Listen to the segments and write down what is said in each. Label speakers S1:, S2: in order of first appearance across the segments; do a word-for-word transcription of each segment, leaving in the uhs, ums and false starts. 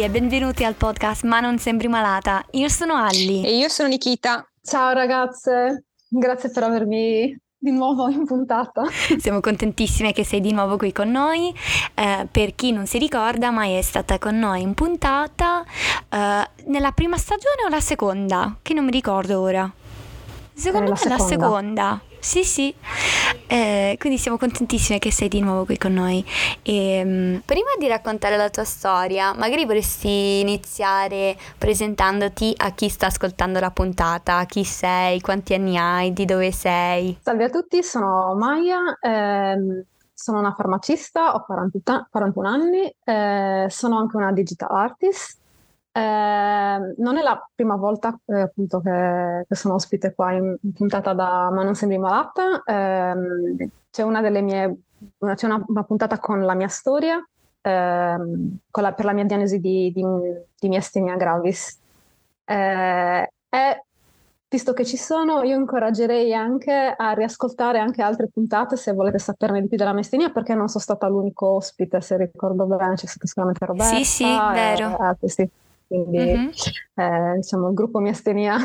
S1: e benvenuti al podcast Ma non sembri malata. Io sono Alli.
S2: E io sono Nikita.
S3: Ciao ragazze, grazie per avermi di nuovo in puntata.
S1: Siamo contentissime che sei di nuovo qui con noi. Eh, per chi non si ricorda, Mai è stata con noi in puntata eh, nella prima stagione o la seconda? Che non mi ricordo ora. Secondo me è la seconda. Sì, sì. Eh, quindi siamo contentissime che sei di nuovo qui con noi. E, um, prima di raccontare la tua storia, magari vorresti iniziare presentandoti a chi sta ascoltando la puntata. Chi sei, quanti anni hai, di dove sei?
S3: Salve a tutti, sono Maya, ehm, sono una farmacista, ho quarantuno anni, eh, sono anche una digital artist. Eh, non è la prima volta eh, appunto che, che sono ospite qua in, in puntata da Ma non sembri malata. Eh, c'è una delle mie una, c'è una, una puntata con la mia storia, eh, con la, per la mia diagnosi di, di, di miastenia gravis. Eh, e visto che ci sono, io incoraggerei anche a riascoltare anche altre puntate se volete saperne di più della miastenia, perché non sono stata l'unico ospite, se ricordo bene, c'è stata sicuramente Roberta.
S1: Sì, sì, vero.
S3: E, altri, sì. Quindi mm-hmm. eh, diciamo il gruppo miastenia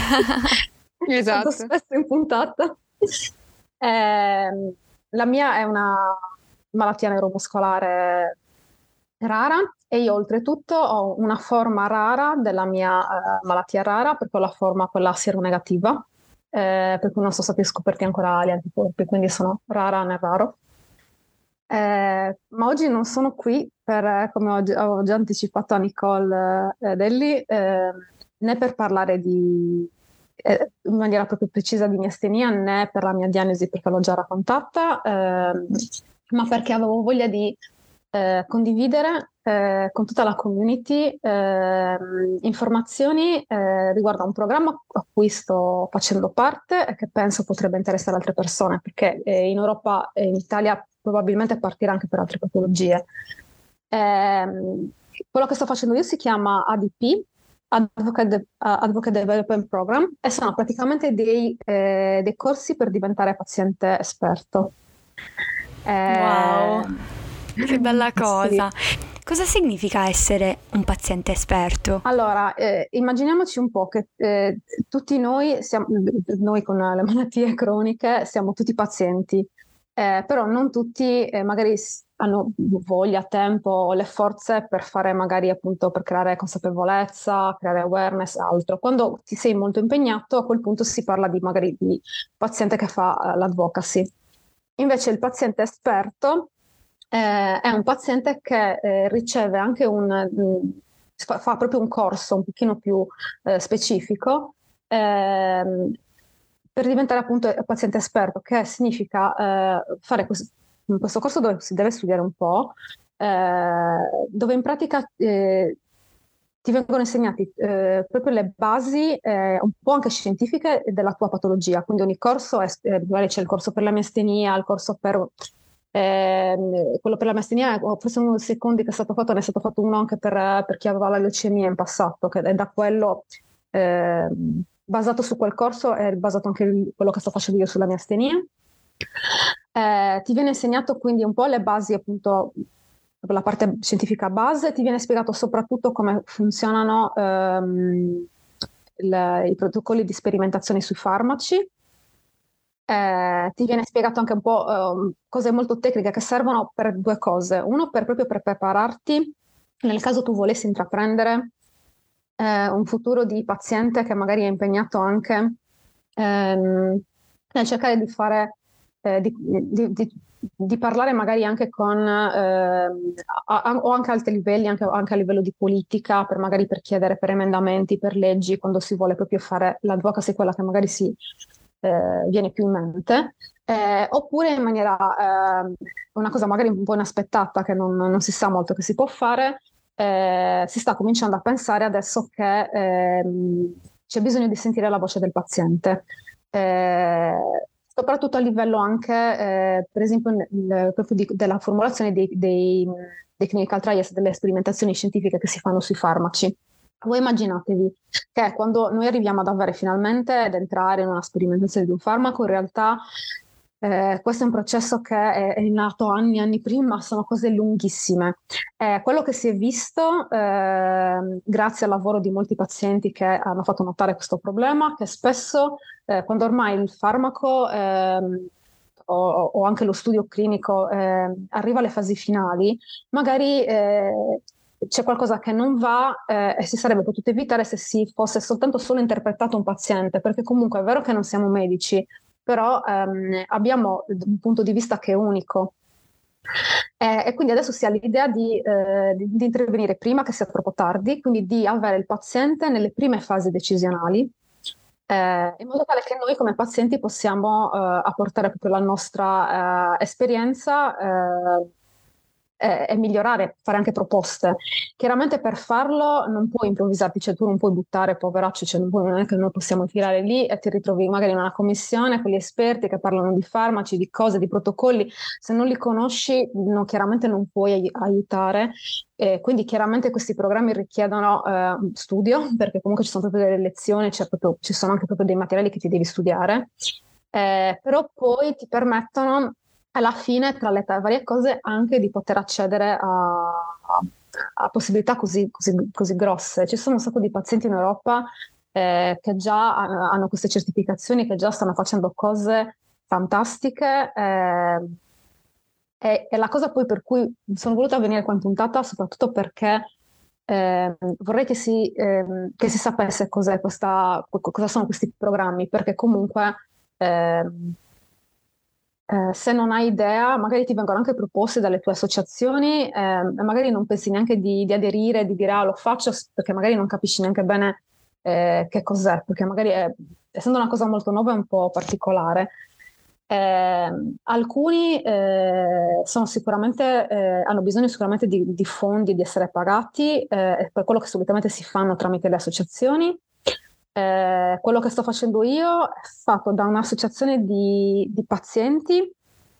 S2: esatto.
S3: spesso in puntata. Eh, la mia è una malattia neuromuscolare rara e io oltretutto ho una forma rara della mia uh, malattia rara, perché ho la forma quella sieronegativa, eh, per cui non sono stati scoperti ancora gli anticorpi, quindi sono rara nel raro. Eh, ma oggi non sono qui per, come ho, ho già anticipato a Nicole eh, Delli, eh, né per parlare di, eh, in maniera proprio precisa di miastenia, né per la mia diagnosi, perché l'ho già raccontata, eh, ma perché avevo voglia di eh, condividere eh, con tutta la community eh, informazioni eh, riguardo a un programma a cui sto facendo parte e che penso potrebbe interessare altre persone, perché eh, in Europa e in Italia probabilmente partirà anche per altre patologie. Eh, quello che sto facendo io si chiama A D P, Advocate, De- Advocate Development Program, e sono praticamente dei, eh, dei corsi per diventare paziente esperto.
S1: Eh, wow, che bella cosa!
S3: Sì.
S1: Cosa significa essere un paziente esperto?
S3: Allora, eh, immaginiamoci un po' che eh, tutti noi, siamo, noi con le malattie croniche siamo tutti pazienti. Eh, però non tutti eh, magari hanno voglia, tempo o le forze per fare magari appunto per creare consapevolezza, creare awareness, altro. Quando ti sei molto impegnato, a quel punto si parla di magari di paziente che fa uh, l'advocacy. Invece il paziente esperto eh, è un paziente che eh, riceve anche un mh, fa, fa proprio un corso un pochino più eh, specifico ehm, per diventare appunto paziente esperto, che significa eh, fare questo, questo corso dove si deve studiare un po', eh, dove in pratica eh, ti vengono insegnati eh, proprio le basi eh, un po' anche scientifiche della tua patologia. Quindi ogni corso, è, eh, magari c'è il corso per la miastenia, il corso per eh, quello per la miastenia, forse uno dei secondi che è stato fatto, ne è stato fatto uno anche per, per chi aveva la leucemia in passato, che è da quello eh, basato su quel corso è basato anche il, quello che sto facendo io sulla miastenia. Eh, ti viene insegnato quindi un po' le basi, appunto la parte scientifica base, ti viene spiegato soprattutto come funzionano ehm, le, i protocolli di sperimentazione sui farmaci. Eh, ti viene spiegato anche un po' eh, cose molto tecniche che servono per due cose. Uno, per proprio per prepararti nel caso tu volessi intraprendere eh, un futuro di paziente che magari è impegnato anche ehm, nel cercare di fare eh, di, di, di, di parlare magari anche con eh, a, a, o anche a alti livelli, anche, anche a livello di politica, per magari per chiedere per emendamenti, per leggi, quando si vuole proprio fare l'advocacy, quella che magari si eh, viene più in mente, eh, oppure in maniera eh, una cosa magari un po' inaspettata che non, non si sa molto che si può fare. Eh, si sta cominciando a pensare adesso che ehm, c'è bisogno di sentire la voce del paziente, eh, soprattutto a livello anche, eh, per esempio, nel, proprio di, della formulazione dei, dei, dei clinical trials, delle sperimentazioni scientifiche che si fanno sui farmaci. Voi immaginatevi che quando noi arriviamo ad avere finalmente ad entrare in una sperimentazione di un farmaco, in realtà Eh, questo è un processo che è, è nato anni e anni prima, sono cose lunghissime. Eh, quello che si è visto, eh, grazie al lavoro di molti pazienti che hanno fatto notare questo problema, che spesso eh, quando ormai il farmaco ehm, o, o anche lo studio clinico eh, arriva alle fasi finali, magari eh, c'è qualcosa che non va eh, e si sarebbe potuto evitare se si fosse soltanto solo interpretato un paziente, perché comunque è vero che non siamo medici, però ehm, abbiamo un punto di vista che è unico. Eh, e quindi adesso si ha l'idea di, eh, di, di intervenire prima che sia troppo tardi, quindi di avere il paziente nelle prime fasi decisionali, eh, in modo tale che noi come pazienti possiamo eh, apportare proprio la nostra eh, esperienza eh, e, e migliorare, fare anche proposte. Chiaramente per farlo non puoi improvvisarti, cioè tu non puoi buttare, poveraccio, cioè non, puoi, non è che noi possiamo tirare lì e ti ritrovi magari in una commissione con gli esperti che parlano di farmaci, di cose, di protocolli. Se non li conosci, no, chiaramente non puoi ai- aiutare. Eh, quindi chiaramente questi programmi richiedono eh, studio, perché comunque ci sono proprio delle lezioni, c'è proprio- ci sono anche proprio dei materiali che ti devi studiare. Eh, però poi ti permettono alla fine, tra le t- varie cose, anche di poter accedere a, a possibilità così, così, così grosse. Ci sono un sacco di pazienti in Europa eh, che già ha- hanno queste certificazioni, che già stanno facendo cose fantastiche. eh, e, e la cosa poi per cui sono voluta venire qua in puntata, soprattutto perché ehm, vorrei che si, ehm, che si sapesse cos'è questa, co- cosa sono questi programmi, perché comunque ehm, eh, se non hai idea, magari ti vengono anche proposte dalle tue associazioni, ehm, e magari non pensi neanche di, di aderire, di dire ah, lo faccio, s- perché magari non capisci neanche bene eh, che cos'è, perché magari è- essendo una cosa molto nuova è un po' particolare. Eh, alcuni eh, sono sicuramente, eh, hanno bisogno sicuramente di, di fondi, di essere pagati, eh, per quello che solitamente si fanno tramite le associazioni. Eh, quello che sto facendo io è fatto da un'associazione di, di pazienti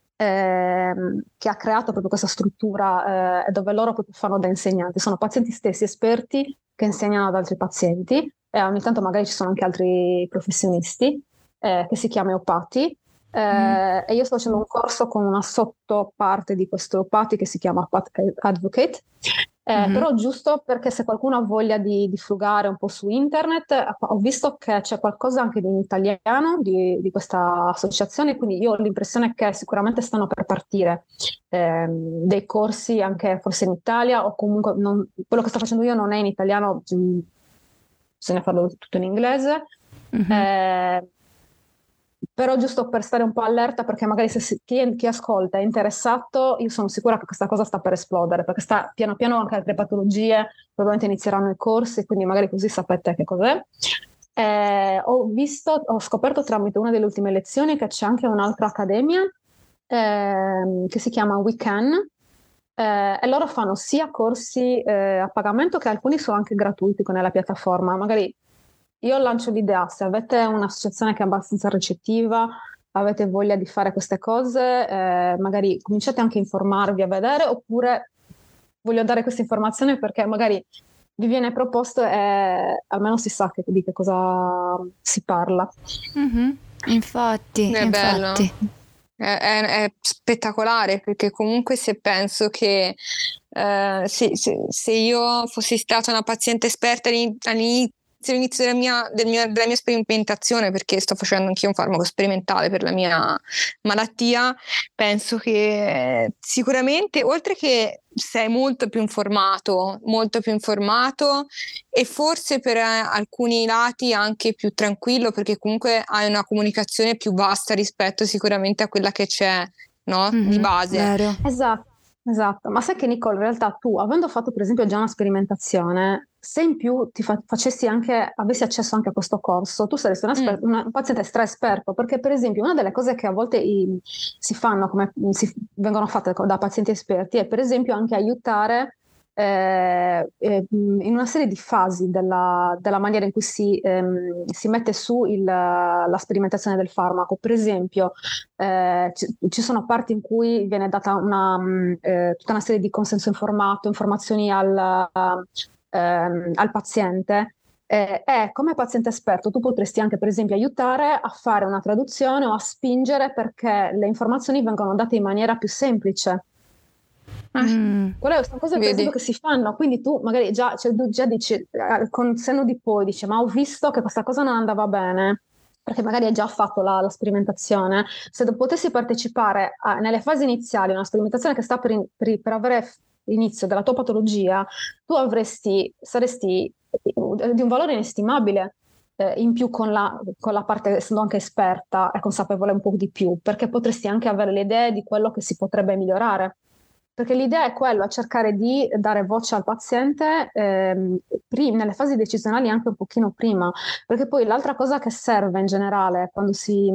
S3: ehm, che ha creato proprio questa struttura eh, dove loro proprio fanno da insegnanti. Sono pazienti stessi esperti che insegnano ad altri pazienti e ogni tanto magari ci sono anche altri professionisti eh, che si chiama Eopati.
S1: Mm.
S3: Eh, e io sto facendo un corso con una sottoparte di questo Eopati che si chiama Pat Advocate. Eh,
S1: Mhm.
S3: però giusto perché se qualcuno ha voglia di, di frugare un po' su internet, eh, ho visto che c'è qualcosa anche in italiano di, di questa associazione, quindi io ho l'impressione che sicuramente stanno per partire ehm, dei corsi anche forse in Italia o comunque non- quello che sto facendo io non è in italiano, mh, bisogna farlo tutto in inglese.
S1: Mhm.
S3: Eh, però giusto per stare un po' allerta, perché magari se si- chi, chi ascolta è interessato, io sono sicura che questa cosa sta per esplodere, perché sta piano piano anche altre patologie, probabilmente inizieranno i corsi, quindi magari così sapete che cos'è. Eh, ho visto, ho scoperto tramite una delle ultime lezioni che c'è anche un'altra accademia ehm, che si chiama We Can, eh, e loro fanno sia corsi eh, a pagamento che alcuni sono anche gratuiti con la piattaforma. Magari io lancio l'idea, se avete un'associazione che è abbastanza recettiva, avete voglia di fare queste cose, eh, magari cominciate anche a informarvi, a vedere, oppure voglio dare queste informazioni perché magari vi viene proposto e almeno si sa che- di che cosa si parla.
S1: Mhm. Infatti,
S2: È bello,
S1: infatti.
S2: è, è- è spettacolare perché comunque se penso che eh, se, se- se io fossi stata una paziente esperta all'ini- all'inizio all'inizio della mia, del mio- della mia sperimentazione, perché sto facendo anch'io un farmaco sperimentale per la mia malattia, penso che eh, sicuramente, oltre che sei molto più informato, molto più informato e forse per eh, alcuni lati anche più tranquillo, perché comunque hai una comunicazione più vasta rispetto sicuramente a quella che c'è, no? Di
S1: Mhm.
S2: base.
S1: Vero.
S3: Esatto, esatto. Ma sai che Nicole, in realtà tu, avendo fatto per esempio già una sperimentazione, se in più ti fa- facessi anche, avessi accesso anche a questo corso, tu saresti una
S2: Mm.
S3: esper- una- un paziente stra esperto, perché per esempio una delle cose che a volte i- si fanno, come si, vengono fatte da pazienti esperti, è per esempio anche aiutare eh, eh, in una serie di fasi della, della maniera in cui si, ehm, si mette su il- la sperimentazione del farmaco. Per esempio, eh, ci, ci sono parti in cui viene data una, mh, eh, tutta una serie di consenso informato, informazioni al, ehm, al paziente. Eh, e come paziente esperto tu potresti anche per esempio aiutare a fare una traduzione o a spingere perché le informazioni vengono date in maniera più semplice.
S1: Mm.
S3: Quelle sono cose per
S2: Vedi.
S3: esempio che si fanno, quindi tu magari già, cioè, tu già dici eh, con senno di poi, dici ma ho visto che questa cosa non andava bene, perché magari hai già fatto la, la sperimentazione. Se tu potessi partecipare a- nelle fasi iniziali a una sperimentazione che sta per, in- per- per avere f- inizio della tua patologia, tu avresti, saresti di un valore inestimabile. eh, in più con la, con la parte, essendo anche esperta e consapevole un po' di più, perché potresti anche avere le idee di quello che si potrebbe migliorare. Perché l'idea è quella, cercare di dare voce al paziente ehm, pri- nelle fasi decisionali anche un pochino prima, perché poi l'altra cosa che serve in generale quando si,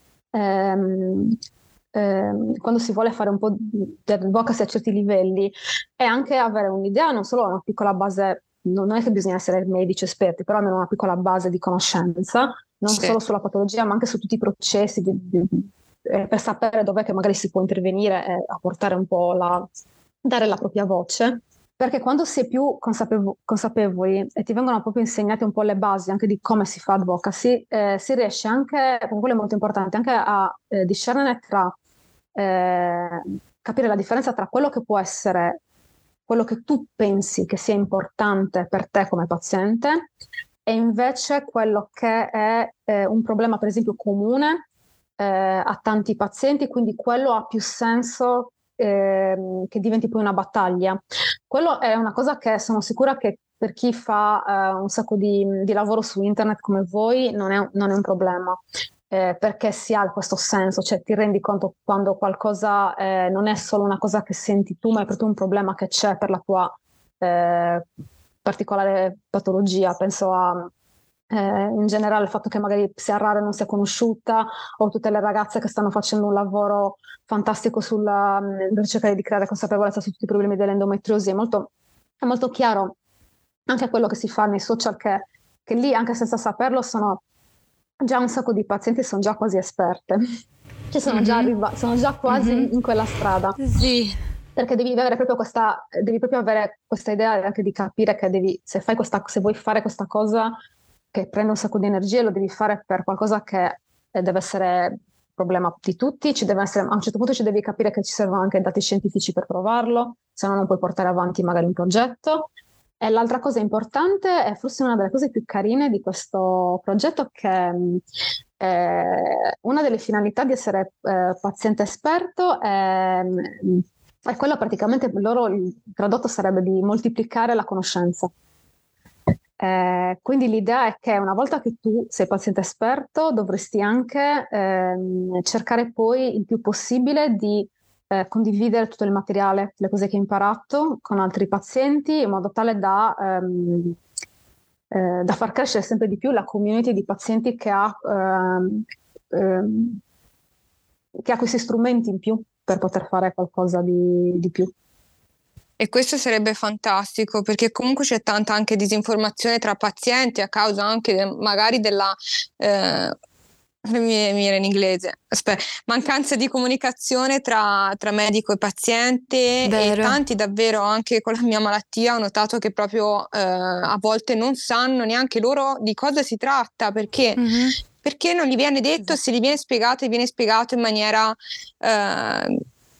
S3: ehm, ehm, quando si vuole fare un po' di advocacy a certi livelli è anche avere un'idea, non solo una piccola base, non è che bisogna essere medici esperti, però almeno una piccola base di conoscenza, non
S2: Sì.
S3: solo sulla patologia, ma anche su tutti i processi di, di- eh, per sapere dov'è che magari si può intervenire e apportare un po' la, dare la propria voce. Perché quando si è più consapevo- consapevoli e ti vengono proprio insegnate un po' le basi anche di come si fa advocacy, eh, si riesce anche, perché quello è molto importante, anche a eh, discernere tra, eh, capire la differenza tra quello che può essere quello che tu pensi che sia importante per te come paziente e invece quello che è eh, un problema, per esempio, comune eh, a tanti pazienti, quindi quello ha più senso ehm, che diventi poi una battaglia. Quello è una cosa che sono sicura che per chi fa eh, un sacco di, di lavoro su internet come voi non è, non è un problema. Eh, perché si ha questo senso, cioè ti rendi conto quando qualcosa eh, non è solo una cosa che senti tu, ma è proprio un problema che c'è per la tua eh, particolare patologia. Penso a eh, in generale il fatto che magari sia rara e non sia conosciuta, o tutte le ragazze che stanno facendo un lavoro fantastico sulla, per cercare di creare consapevolezza su tutti i problemi dell'endometriosi. È molto, è molto chiaro anche quello che si fa nei social, che, che lì, anche senza saperlo, sono già un sacco di pazienti, sono già quasi esperte. Cioè sono, già,
S1: Mhm.
S3: arriva- sono già quasi
S1: Mhm.
S3: in quella strada.
S1: Sì.
S3: Perché devi avere proprio questa, devi proprio avere questa idea anche di capire che devi, se fai questa, se vuoi fare questa cosa che prende un sacco di energie, lo devi fare per qualcosa che eh, deve essere un problema di tutti, ci deve essere, a un certo punto ci devi capire che ci servono anche dati scientifici per provarlo, se no non puoi portare avanti magari un progetto. E l'altra cosa importante, è forse una delle cose più carine di questo progetto, che mh, eh, una delle finalità di essere eh, paziente esperto è, mh, è quella, praticamente loro, il tradotto sarebbe di moltiplicare la conoscenza. Eh, quindi l'idea è che una volta che tu sei paziente esperto dovresti anche ehm, cercare poi il più possibile di eh, condividere tutto il materiale, le cose che hai imparato con altri pazienti, in modo tale da, ehm, eh, da far crescere sempre di più la community di pazienti che ha, ehm, ehm, che ha questi strumenti in più per poter fare qualcosa di, di più.
S2: E questo sarebbe fantastico, perché comunque c'è tanta anche disinformazione tra pazienti a causa anche de- magari della eh, mi mi viene in inglese, aspetta, mancanza di comunicazione tra, tra medico e paziente. E
S1: Vero.
S2: tanti davvero, anche con la mia malattia, ho notato che proprio eh, a volte non sanno neanche loro di cosa si tratta, perché
S1: Mhm.
S2: perché non gli viene detto, se gli viene spiegato, gli viene spiegato in maniera eh,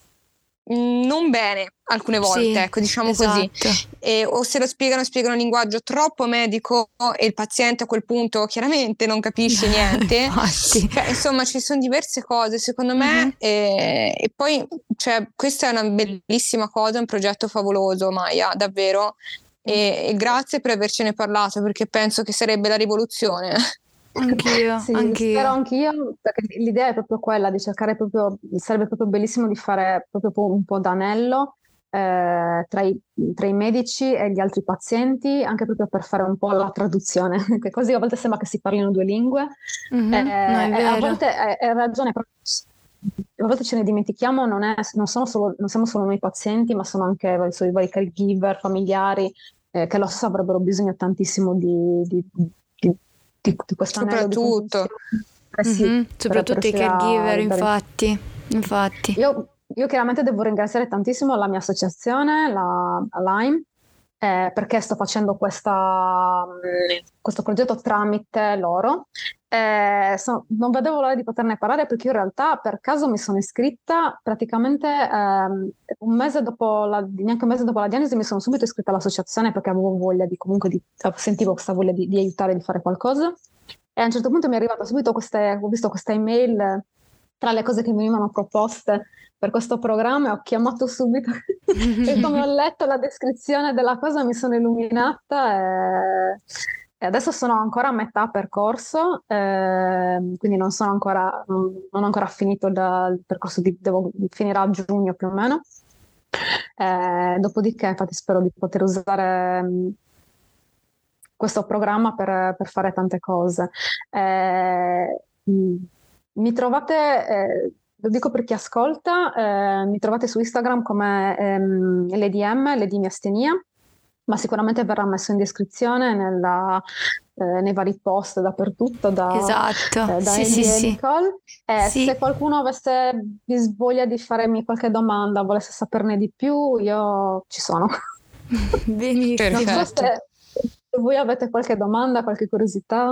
S2: non bene alcune volte,
S1: Sì,
S2: ecco, diciamo
S1: esatto.
S2: così. E, o se lo spiegano, spiegano un linguaggio troppo medico e il paziente a quel punto chiaramente non capisce niente.
S1: Infatti.
S2: Cioè, insomma, ci sono diverse cose, secondo me,
S1: Mhm.
S2: e, e poi, cioè, questa è una bellissima cosa, un progetto favoloso, Maya, davvero. E, e grazie per avercene parlato, perché penso che sarebbe la rivoluzione.
S1: Anch'io,
S3: Sì,
S1: anch'io.
S3: spero anch'io, perché l'idea è proprio quella di cercare proprio, sarebbe proprio bellissimo di fare proprio un po' d'anello eh, tra i, tra i medici e gli altri pazienti, anche proprio per fare un po' la traduzione, che così a volte sembra che si parlino due lingue.
S1: Mhm.
S3: Eh,
S1: No, è
S3: e a
S1: vero.
S3: volte hai hai ragione, però a volte ce ne dimentichiamo, non, è, non, sono solo, non siamo solo noi pazienti, ma sono anche so, i vari caregiver, familiari, eh, che lo so, avrebbero bisogno tantissimo di, di, di, di, di questo anello di
S2: Soprattutto.
S3: comprensione. Eh sì,
S1: Mhm.
S3: per-
S1: Soprattutto
S3: per
S1: i
S3: riuscire a
S1: caregiver,
S3: dare-
S1: infatti. Infatti.
S3: Io, io chiaramente devo ringraziare tantissimo la mia associazione, la, la Lime, eh, perché sto facendo questa, mh, questo progetto tramite loro. Eh, so- non vedevo l'ora di poterne parlare perché io in realtà per caso mi sono iscritta praticamente ehm, un mese dopo la, neanche un mese dopo la diagnosi mi sono subito iscritta all'associazione perché avevo voglia di comunque di, sentivo questa voglia di, di aiutare, di fare qualcosa. E a un certo punto mi è arrivata subito queste, ho visto questa email tra le cose che mi venivano proposte per questo programma e ho chiamato subito e come ho letto la descrizione della cosa mi sono illuminata e, e adesso sono ancora a metà percorso, eh, quindi non sono ancora, non, non ho ancora finito il, il percorso, di, devo, finirà a giugno più o meno. Eh, dopodiché infatti spero di poter usare mh, questo programma per, per fare tante cose. Eh, mh, mi trovate, eh, lo dico per chi ascolta, eh, mi trovate su Instagram come ehm, Lady M, Lady Miastenia, ma sicuramente verrà messo in descrizione nella, eh, nei vari post dappertutto da,
S1: Esatto,
S3: eh, da
S1: sì,
S3: Eddie
S1: sì,
S3: e
S1: sì.
S3: Nicole. Eh,
S1: Sì.
S3: Se qualcuno avesse bis- voglia di farmi qualche domanda, volesse saperne di più, io ci sono.
S1: Benissimo.
S3: Non so
S2: Perfetto.
S3: se se voi avete qualche domanda, qualche curiosità.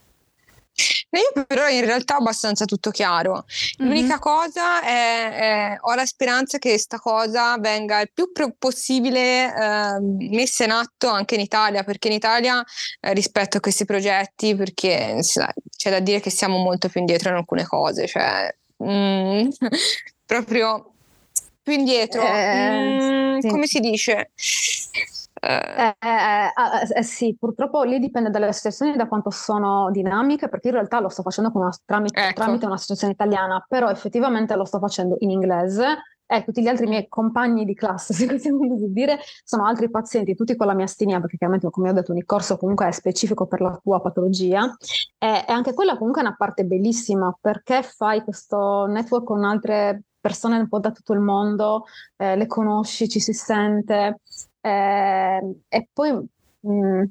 S2: No, io però in realtà ho abbastanza tutto chiaro. L'unica
S1: Mhm.
S2: cosa è, è- ho la speranza che sta cosa venga il più pro- possibile eh, messa in atto anche in Italia, perché in Italia eh, rispetto a questi progetti, perché sa- c'è da dire che siamo molto più indietro in alcune cose, cioè mm, proprio più indietro.
S3: Eh,
S2: Mm,
S3: sì.
S2: come si dice? Eh,
S3: Eh, eh, eh, eh, sì, purtroppo lì dipende dalle associazioni da quanto sono dinamiche, perché in realtà lo sto facendo con una- tramite,
S2: ecco.
S3: tramite un'associazione italiana, però effettivamente lo sto facendo in inglese e tutti gli altri miei compagni di classe, se possiamo così dire, sono altri pazienti, tutti con la miastenia, perché chiaramente, come ho detto, ogni corso comunque è specifico per la tua patologia. E, e anche quella comunque è una parte bellissima, perché fai questo network con altre persone un po' da tutto il mondo, eh, le conosci, ci si sente. Eh, e poi mh,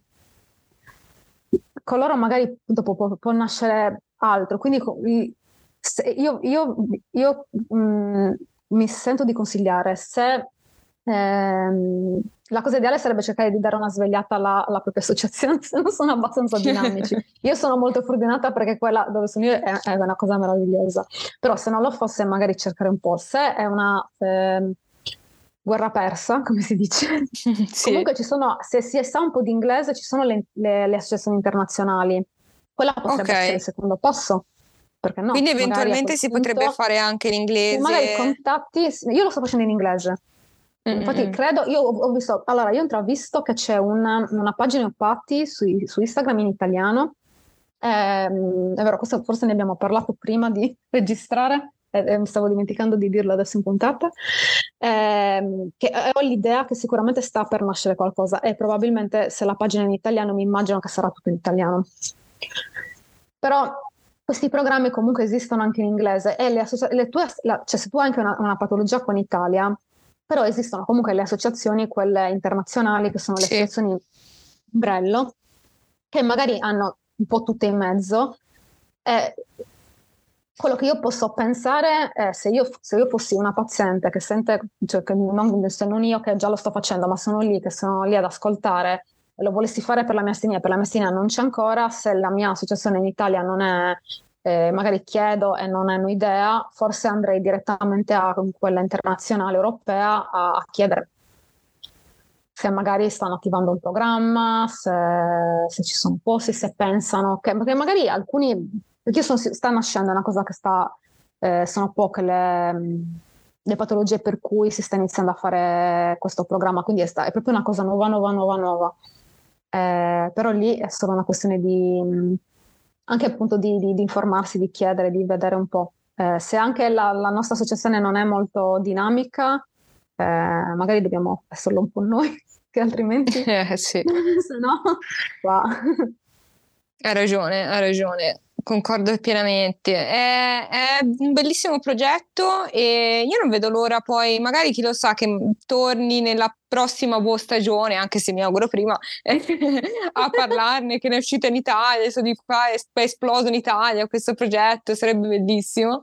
S3: con loro magari dopo può, può nascere altro. Quindi co- i- se- io, io- io, mh, mi sento di consigliare se ehm, la cosa ideale sarebbe cercare di dare una svegliata alla, alla propria associazione, se non sono abbastanza dinamici. Io sono molto fortunata perché quella dove sono io è, è una cosa meravigliosa. Però se non lo fosse, magari cercare un po'. Se è una ehm, guerra persa, come si dice.
S2: Sì.
S3: Comunque ci sono, se si sa un po' di inglese, ci sono le, le- le associazioni internazionali. Quella potrebbe
S2: Ok.
S3: essere il secondo passo. Perché no?
S2: Quindi
S3: Magari a
S2: eventualmente
S3: quel
S2: si
S3: punto,
S2: potrebbe fare anche in
S3: sì, magari
S2: inglese.
S3: contatti. Io lo sto facendo in inglese. Infatti,
S2: Mm-mm.
S3: credo, io ho, ho visto, allora, io ho intravisto che c'è una, una pagina Opatti su, su Instagram in italiano. Ehm, è vero, questo forse ne abbiamo parlato prima di registrare, e, e mi stavo dimenticando di dirlo adesso in puntata. Ehm, che ho l'idea che sicuramente sta per nascere qualcosa e probabilmente se la pagina è in italiano mi immagino che sarà tutto in italiano. Però questi programmi comunque esistono anche in inglese e le associa- le tue, la- cioè se tu hai anche una, una patologia qua in Italia, però esistono comunque le associazioni, quelle internazionali, che sono le
S2: Sì.
S3: associazioni ombrello, che magari hanno un po' tutte in mezzo. E quello che io posso pensare è se io, se io fossi una paziente che sente, cioè che non, se non io che già lo sto facendo, ma sono lì, che sono lì ad ascoltare, e lo volessi fare per la mia astenia, per la mia astenia non c'è ancora, se la mia associazione in Italia non è, eh, magari chiedo e non hanno idea, forse andrei direttamente a quella internazionale europea a, a chiedere se magari stanno attivando un programma, se, se ci sono posti, se pensano che, perché magari alcuni, perché sono, sta nascendo una cosa che sta, eh, sono poche le, le patologie per cui si sta iniziando a fare questo programma, quindi è, sta, è proprio una cosa nuova, nuova, nuova, nuova. Eh, però lì è solo una questione di, anche appunto di, di, di informarsi, di chiedere, di vedere un po'. Eh, se anche la, la nostra associazione non è molto dinamica, eh, magari dobbiamo esserlo un po' noi, che altrimenti,
S2: Eh, sì.
S3: se no, qua.
S2: Hai ragione, hai ragione, concordo pienamente. È, è un bellissimo progetto e io non vedo l'ora poi, magari chi lo sa, che torni nella prossima boh, stagione, anche se mi auguro prima, a parlarne, che ne è uscito in Italia, adesso di qua è, è esploso in Italia questo progetto, sarebbe bellissimo.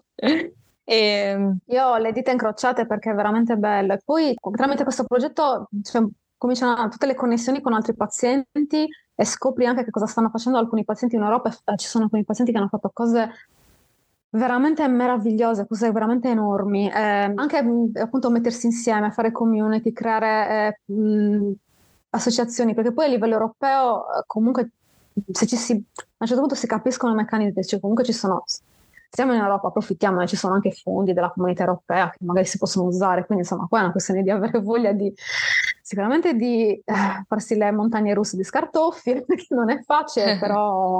S2: E,
S3: Io ho le dita incrociate perché è veramente bello. E poi tramite questo progetto, cioè, cominciano tutte le connessioni con altri pazienti e scopri anche che cosa stanno facendo alcuni pazienti in Europa. Eh, ci sono alcuni pazienti che hanno fatto cose veramente meravigliose, cose veramente enormi, eh, anche mh, appunto mettersi insieme, fare community, creare eh, mh, associazioni, perché poi a livello europeo eh, comunque se ci si, a un certo punto si capiscono i meccanismi, cioè comunque ci sono, siamo in Europa, approfittiamo, ci sono anche fondi della comunità europea che magari si possono usare, quindi insomma qua è una questione di avere voglia di sicuramente di eh, farsi le montagne russe di scartoffi, che non è facile, però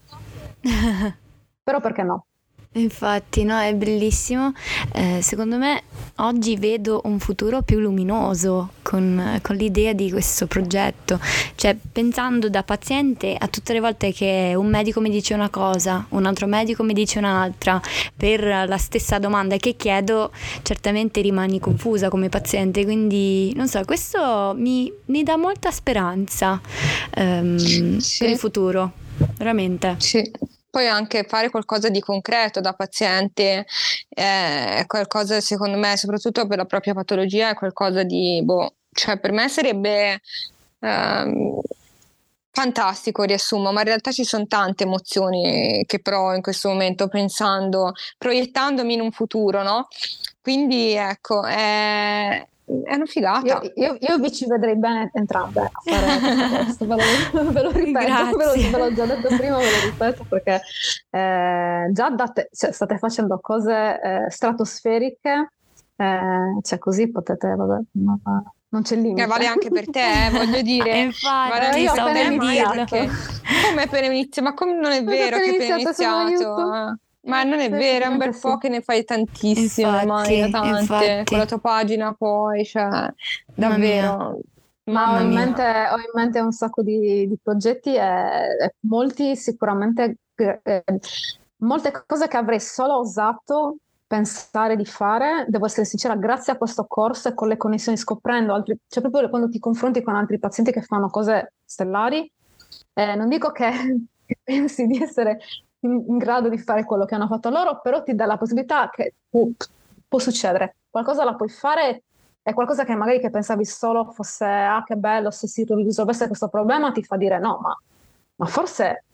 S3: però perché no?
S1: Infatti, no, è bellissimo. Eh, secondo me oggi vedo un futuro più luminoso con, con l'idea di questo progetto. Cioè, pensando da paziente a tutte le volte che un medico mi dice una cosa, un altro medico mi dice un'altra, per la stessa domanda che chiedo, certamente rimani confusa come paziente. Quindi, non so, questo mi, mi dà molta speranza ehm,
S2: Sì.
S1: per il futuro, veramente.
S2: Sì. Poi anche fare qualcosa di concreto da paziente eh, è qualcosa, secondo me, soprattutto per la propria patologia, è qualcosa di, boh, cioè per me sarebbe ehm, fantastico, riassumo, ma in realtà ci sono tante emozioni che provo in questo momento, pensando, proiettandomi in un futuro, no? Quindi ecco, è, è una figata.
S3: Io, io, io vi ci vedrei bene entrambe a fare questo, ve lo, ve lo ripeto, ve lo, ve l'ho già detto prima, ve lo ripeto perché eh, già date, cioè, state facendo cose eh, stratosferiche, eh, cioè così potete, vabbè, no, non c'è limite.
S2: Che vale anche per te, eh, voglio dire.
S1: Infatti,
S2: vale
S1: io
S2: anche
S1: stavo
S2: per
S1: per
S2: me,
S1: dirlo.
S2: perché come per iniziare? Ma come non è vero che per iniziato? Ma non è
S3: Sì,
S2: vero, è un bel
S3: sì.
S2: po' che ne fai tantissime,
S1: Infatti,
S2: Maya, tante,
S1: infatti.
S2: con la tua pagina poi, cioè,
S1: Mamma
S2: davvero.
S3: Ma ho
S1: Mamma
S3: in,
S1: mia.
S3: mente, ho in mente un sacco di, di progetti e, e molti sicuramente, eh, molte cose che avrei solo osato pensare di fare, devo essere sincera, grazie a questo corso e con le connessioni, scoprendo altri, cioè proprio quando ti confronti con altri pazienti che fanno cose stellari, eh, non dico che pensi di essere in, in grado di fare quello che hanno fatto loro, però ti dà la possibilità che può, può succedere, qualcosa la puoi fare. È qualcosa che magari che pensavi solo fosse, ah che bello, se si risolvesse questo problema, ti fa dire no, ma, ma forse,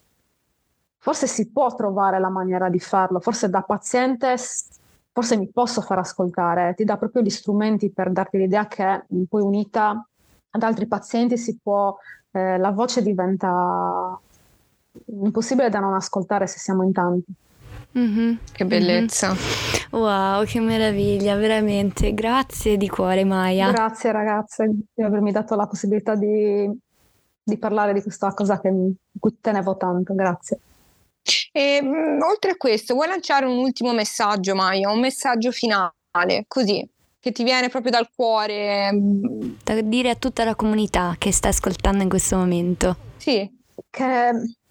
S3: forse si può trovare la maniera di farlo, forse da paziente, forse mi posso far ascoltare, ti dà proprio gli strumenti per darti l'idea che poi unita ad altri pazienti si può, eh, la voce diventa impossibile da non ascoltare se siamo in tanti.
S1: Mhm,
S2: Che bellezza.
S1: mhm. Wow, che meraviglia, veramente. Grazie di cuore, Maya.
S3: Grazie ragazze di avermi dato la possibilità di, di parlare di questa cosa che mi, di cui tenevo tanto, grazie.
S2: E mh, oltre a questo, vuoi lanciare un ultimo messaggio, Maya? Un messaggio finale, così, che ti viene proprio dal cuore? mh,
S1: Da dire a tutta la comunità che sta ascoltando in questo momento.
S2: Sì,
S3: Che,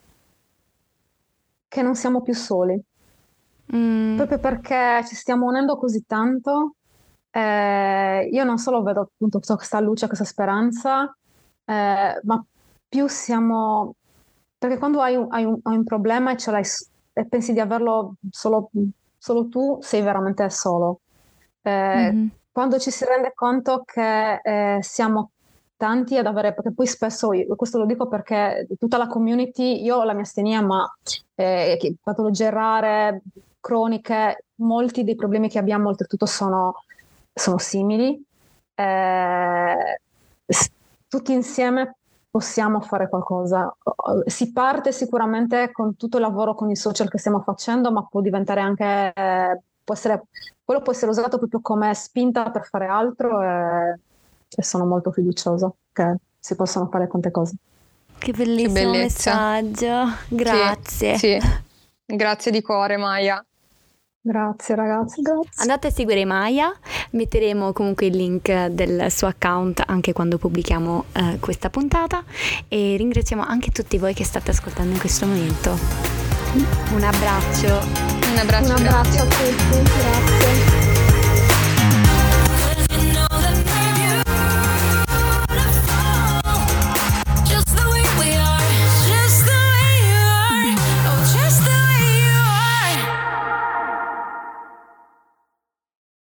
S3: che non siamo più soli,
S1: Mm,
S3: proprio perché ci stiamo unendo così tanto. Eh, io non solo vedo appunto questa luce, questa speranza, eh, ma più siamo... Perché quando hai un, hai un- hai un problema e, ce l'hai s- e pensi di averlo solo, solo tu, sei veramente solo. Eh,
S1: mhm.
S3: Quando ci si rende conto che eh, siamo tanti ad avere, perché poi spesso, io- questo lo dico perché tutta la community, io ho la mia astenia, ma eh, che- patologie rare, croniche, molti dei problemi che abbiamo oltretutto sono, sono simili. Eh, s- Tutti insieme possiamo fare qualcosa. Si parte sicuramente con tutto il lavoro con i social che stiamo facendo, ma può diventare anche, eh, può essere, quello può essere usato proprio come spinta per fare altro e, e sono molto fiduciosa che si possono fare tante cose.
S1: Che bellissimo
S2: bellezza.
S1: messaggio. Grazie.
S2: Sì, sì. Grazie di cuore, Maya.
S3: Grazie ragazzi, grazie.
S1: Andate a seguire Maya, metteremo comunque il link del suo account anche quando pubblichiamo eh, questa puntata e ringraziamo anche tutti voi che state ascoltando in questo momento. Un abbraccio.
S2: Un abbraccio,
S3: Un
S2: grazie.
S3: abbraccio a tutti, grazie.